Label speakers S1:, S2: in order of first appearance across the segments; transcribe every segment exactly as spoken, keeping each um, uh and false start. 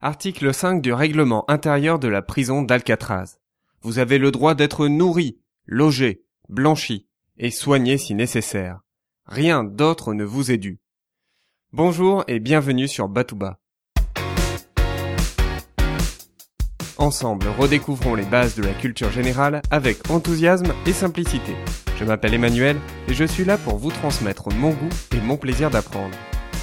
S1: Article cinq du règlement intérieur de la prison d'Alcatraz. Vous avez le droit d'être nourri, logé, blanchi et soigné si nécessaire. Rien d'autre ne vous est dû. Bonjour et bienvenue sur Batouba. Ensemble, redécouvrons les bases de la culture générale avec enthousiasme et simplicité. Je m'appelle Emmanuel et je suis là pour vous transmettre mon goût et mon plaisir d'apprendre.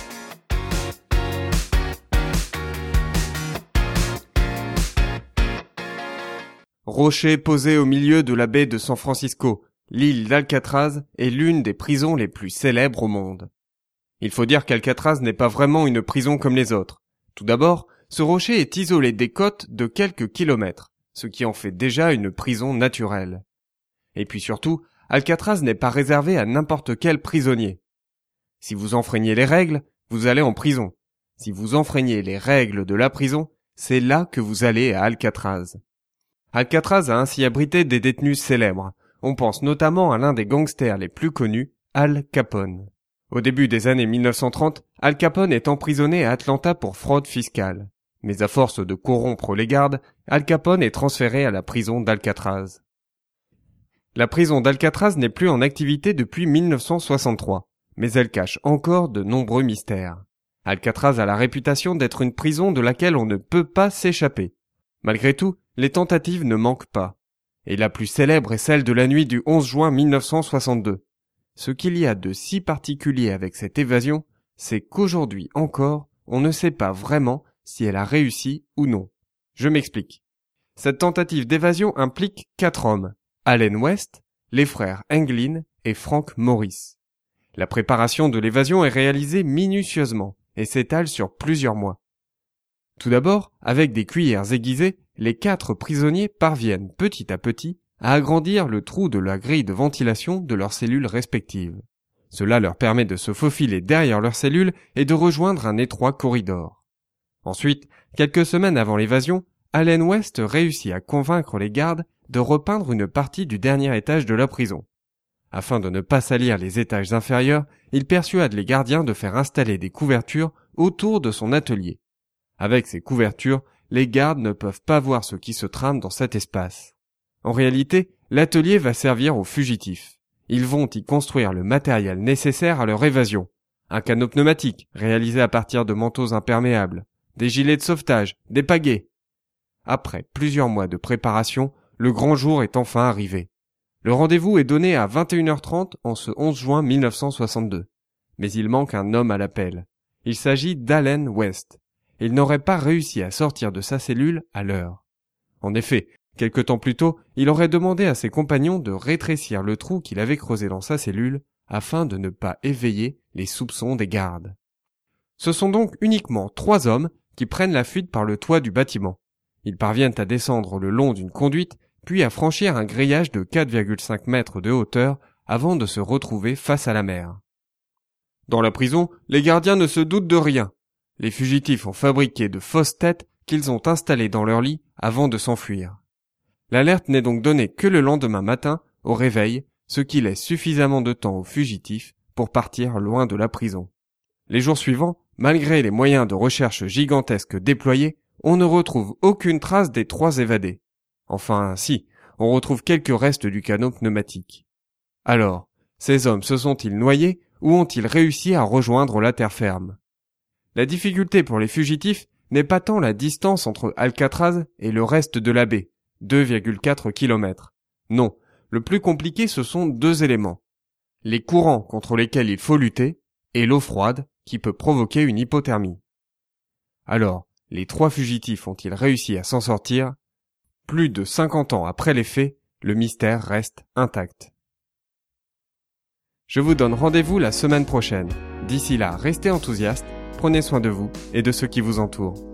S1: Rocher posé au milieu de la baie de San Francisco, l'île d'Alcatraz est l'une des prisons les plus célèbres au monde. Il faut dire qu'Alcatraz n'est pas vraiment une prison comme les autres. Tout d'abord, ce rocher est isolé des côtes de quelques kilomètres, ce qui en fait déjà une prison naturelle. Et puis surtout, Alcatraz n'est pas réservé à n'importe quel prisonnier. Si vous enfreignez les règles, vous allez en prison. Si vous enfreignez les règles de la prison, c'est là que vous allez à Alcatraz. Alcatraz a ainsi abrité des détenus célèbres. On pense notamment à l'un des gangsters les plus connus, Al Capone. Au début des années mille neuf cent trente, Al Capone est emprisonné à Atlanta pour fraude fiscale. Mais à force de corrompre les gardes, Al Capone est transféré à la prison d'Alcatraz. La prison d'Alcatraz n'est plus en activité depuis mille neuf cent soixante-trois, mais elle cache encore de nombreux mystères. Alcatraz a la réputation d'être une prison de laquelle on ne peut pas s'échapper. Malgré tout, les tentatives ne manquent pas. Et la plus célèbre est celle de la nuit du onze juin mille neuf cent soixante-deux. Ce qu'il y a de si particulier avec cette évasion, c'est qu'aujourd'hui encore, on ne sait pas vraiment si elle a réussi ou non. Je m'explique. Cette tentative d'évasion implique quatre hommes, Allen West, les frères Englin et Frank Morris. La préparation de l'évasion est réalisée minutieusement et s'étale sur plusieurs mois. Tout d'abord, avec des cuillères aiguisées, les quatre prisonniers parviennent petit à petit à agrandir le trou de la grille de ventilation de leurs cellules respectives. Cela leur permet de se faufiler derrière leurs cellules et de rejoindre un étroit corridor. Ensuite, quelques semaines avant l'évasion, Allen West réussit à convaincre les gardes de repeindre une partie du dernier étage de la prison. Afin de ne pas salir les étages inférieurs, il persuade les gardiens de faire installer des couvertures autour de son atelier. Avec ces couvertures, les gardes ne peuvent pas voir ce qui se trame dans cet espace. En réalité, l'atelier va servir aux fugitifs. Ils vont y construire le matériel nécessaire à leur évasion. Un canot pneumatique, réalisé à partir de manteaux imperméables, des gilets de sauvetage, des pagaies. Après plusieurs mois de préparation, le grand jour est enfin arrivé. Le rendez-vous est donné à vingt et une heures trente en ce onze juin mille neuf cent soixante-deux. Mais il manque un homme à l'appel. Il s'agit d'Allen West. Il n'aurait pas réussi à sortir de sa cellule à l'heure. En effet, quelque temps plus tôt, il aurait demandé à ses compagnons de rétrécir le trou qu'il avait creusé dans sa cellule afin de ne pas éveiller les soupçons des gardes. Ce sont donc uniquement trois hommes qui prennent la fuite par le toit du bâtiment. Ils parviennent à descendre le long d'une conduite, puis à franchir un grillage de quatre virgule cinq mètres de hauteur avant de se retrouver face à la mer. Dans la prison, les gardiens ne se doutent de rien. Les fugitifs ont fabriqué de fausses têtes qu'ils ont installées dans leur lit avant de s'enfuir. L'alerte n'est donc donnée que le lendemain matin, au réveil, ce qui laisse suffisamment de temps aux fugitifs pour partir loin de la prison. Les jours suivants, malgré les moyens de recherche gigantesques déployés, on ne retrouve aucune trace des trois évadés. Enfin, si, on retrouve quelques restes du canot pneumatique. Alors, ces hommes se sont-ils noyés ou ont-ils réussi à rejoindre la terre ferme ? La difficulté pour les fugitifs n'est pas tant la distance entre Alcatraz et le reste de la baie, deux virgule quatre kilomètres. Non, le plus compliqué ce sont deux éléments. Les courants contre lesquels il faut lutter et l'eau froide qui peut provoquer une hypothermie. Alors, les trois fugitifs ont-ils réussi à s'en sortir ? Plus de cinquante ans après les faits, le mystère reste intact. Je vous donne rendez-vous la semaine prochaine. D'ici là, restez enthousiastes, prenez soin de vous et de ceux qui vous entourent.